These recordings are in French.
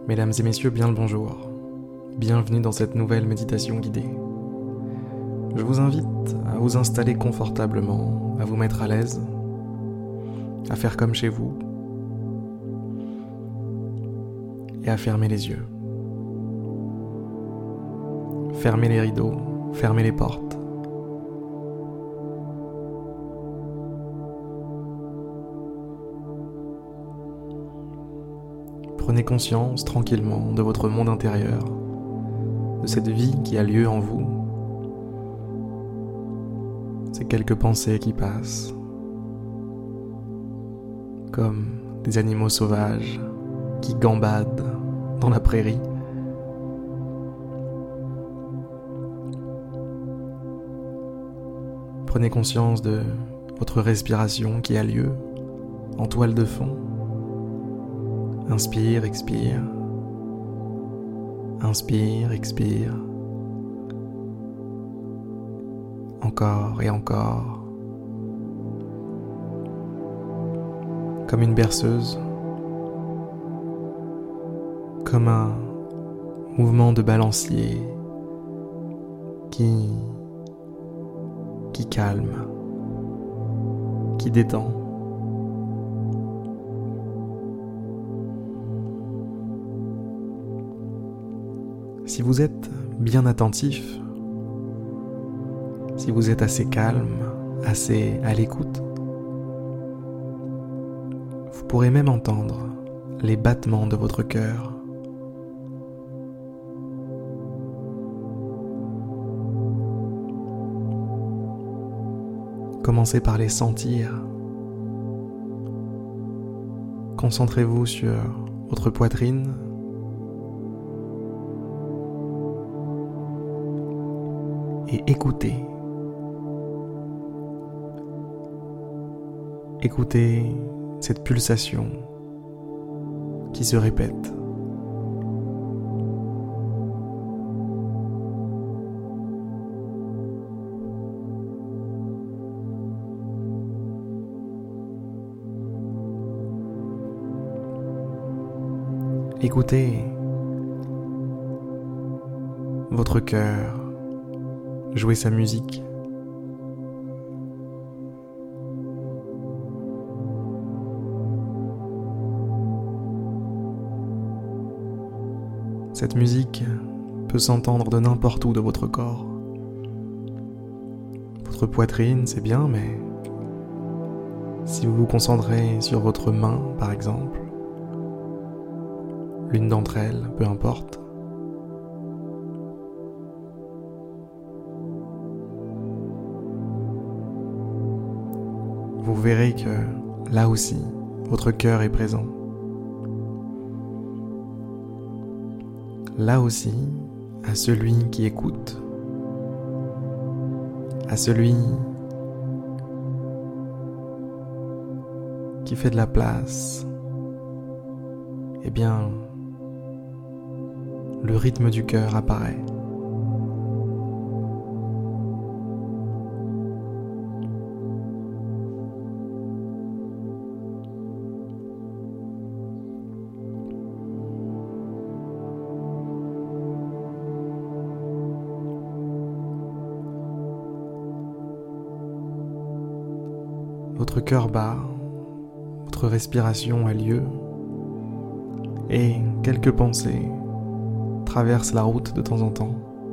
Mesdames et messieurs, bien le bonjour. Bienvenue dans cette nouvelle méditation guidée. Je vous invite à vous installer confortablement, à vous mettre à l'aise, à faire comme chez vous et à fermer les yeux. Fermez les rideaux, fermez les portes. Prenez conscience tranquillement de votre monde intérieur, de cette vie qui a lieu en vous, ces quelques pensées qui passent, comme des animaux sauvages qui gambadent dans la prairie. Prenez conscience de votre respiration qui a lieu en toile de fond. Inspire, expire. Inspire, expire. Encore et encore. Comme une berceuse. Comme un mouvement de balancier qui calme, qui détend. Si vous êtes bien attentif, si vous êtes assez calme, assez à l'écoute, vous pourrez même entendre les battements de votre cœur. Commencez par les sentir. Concentrez-vous sur votre poitrine. Et écoutez. Écoutez cette pulsation qui se répète. Écoutez votre cœur jouer sa musique. Cette musique peut s'entendre de n'importe où de votre corps. Votre poitrine, c'est bien, mais si vous vous concentrez sur votre main, par exemple, l'une d'entre elles, peu importe, vous verrez que là aussi, votre cœur est présent. Là aussi, à celui qui écoute, à celui qui fait de la place, eh bien, le rythme du cœur apparaît. Votre cœur bat, votre respiration a lieu et quelques pensées traversent la route de temps en temps.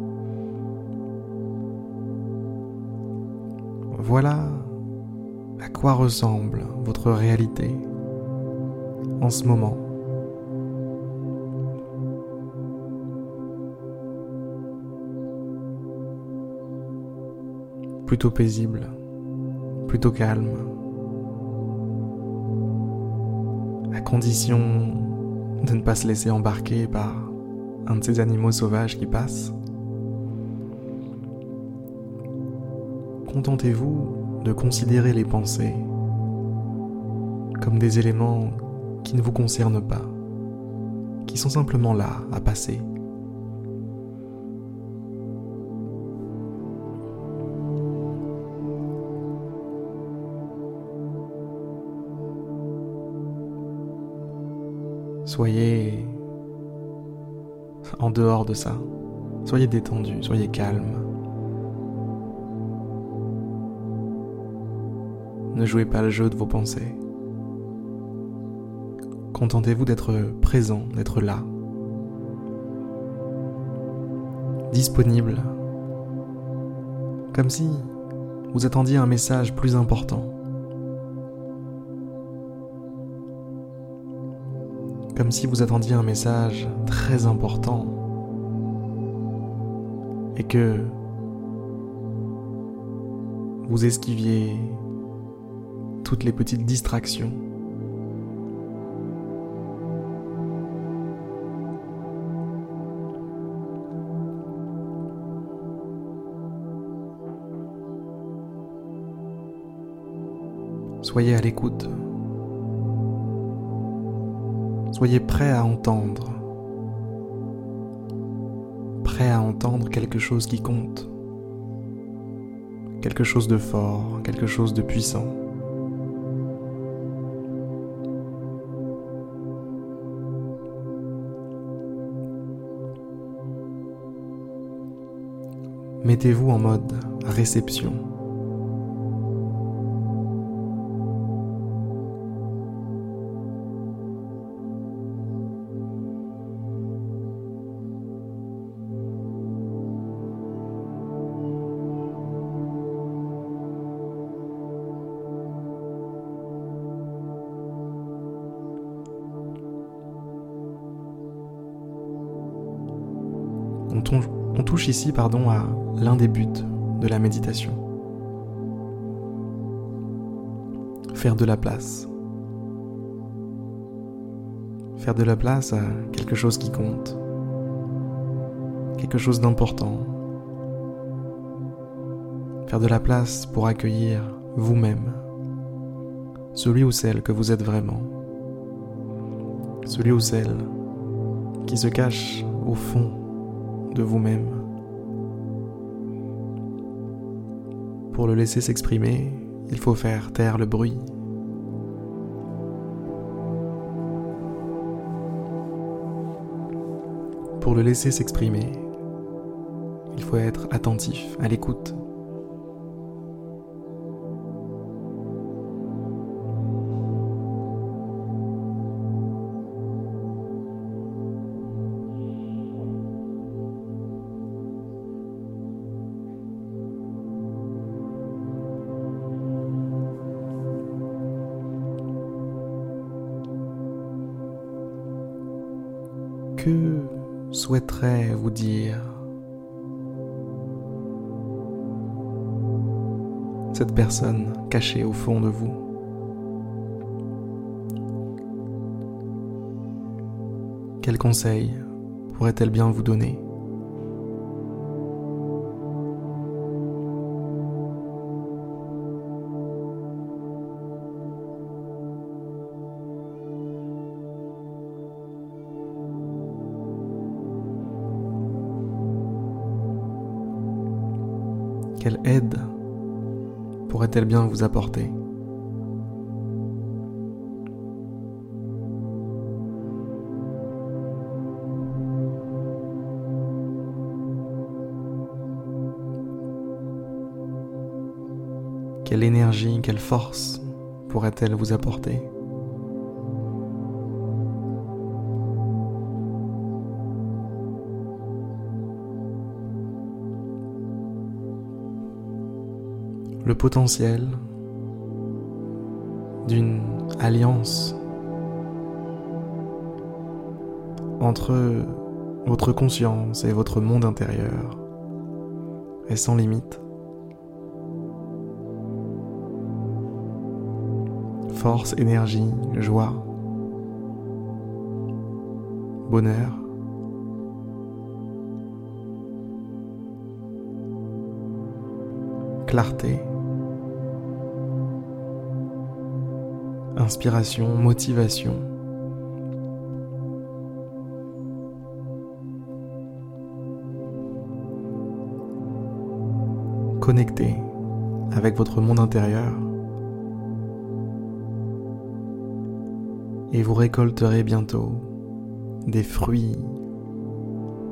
Voilà à quoi ressemble votre réalité en ce moment. Plutôt paisible, plutôt calme, à condition de ne pas se laisser embarquer par un de ces animaux sauvages qui passent. Contentez-vous de considérer les pensées comme des éléments qui ne vous concernent pas, qui sont simplement là à passer. Soyez en dehors de ça. Soyez détendu, soyez calme. Ne jouez pas le jeu de vos pensées. Contentez-vous d'être présent, d'être là. Disponible. Comme si vous attendiez un message plus important. Comme si vous attendiez un message très important et que vous esquiviez toutes les petites distractions. Soyez à l'écoute. Soyez prêt à entendre. Prêt à entendre quelque chose qui compte. Quelque chose de fort, quelque chose de puissant. Mettez-vous en mode réception. On touche ici à l'un des buts de la méditation. Faire de la place. Faire de la place à quelque chose qui compte. Quelque chose d'important. Faire de la place pour accueillir vous-même. Celui ou celle que vous êtes vraiment. Celui ou celle qui se cache au fond de vous-même. Pour le laisser s'exprimer, il faut faire taire le bruit. Pour le laisser s'exprimer, il faut être attentif, à l'écoute. Que souhaiterait vous dire cette personne cachée au fond de vous? Quel conseil pourrait-elle bien vous donner? Quelle aide pourrait-elle bien vous apporter? Quelle énergie, quelle force pourrait-elle vous apporter? Le potentiel d'une alliance entre votre conscience et votre monde intérieur est sans limite. Force, énergie, joie, bonheur. Clarté, inspiration, motivation. Connectez avec votre monde intérieur et vous récolterez bientôt des fruits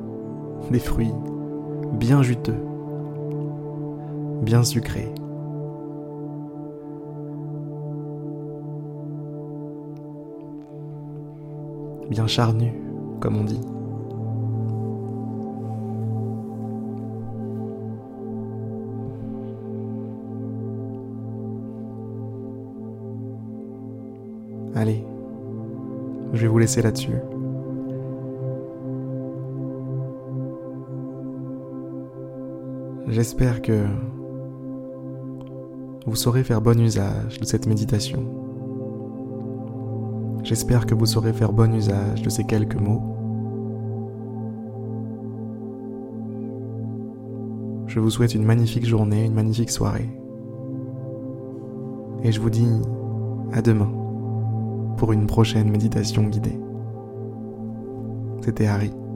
des fruits bien juteux, bien sucrés. Bien charnus, comme on dit. Allez, je vais vous laisser là-dessus. J'espère que vous saurez faire bon usage de cette méditation. J'espère que vous saurez faire bon usage de ces quelques mots. Je vous souhaite une magnifique journée, une magnifique soirée. Et je vous dis à demain pour une prochaine méditation guidée. C'était Harry.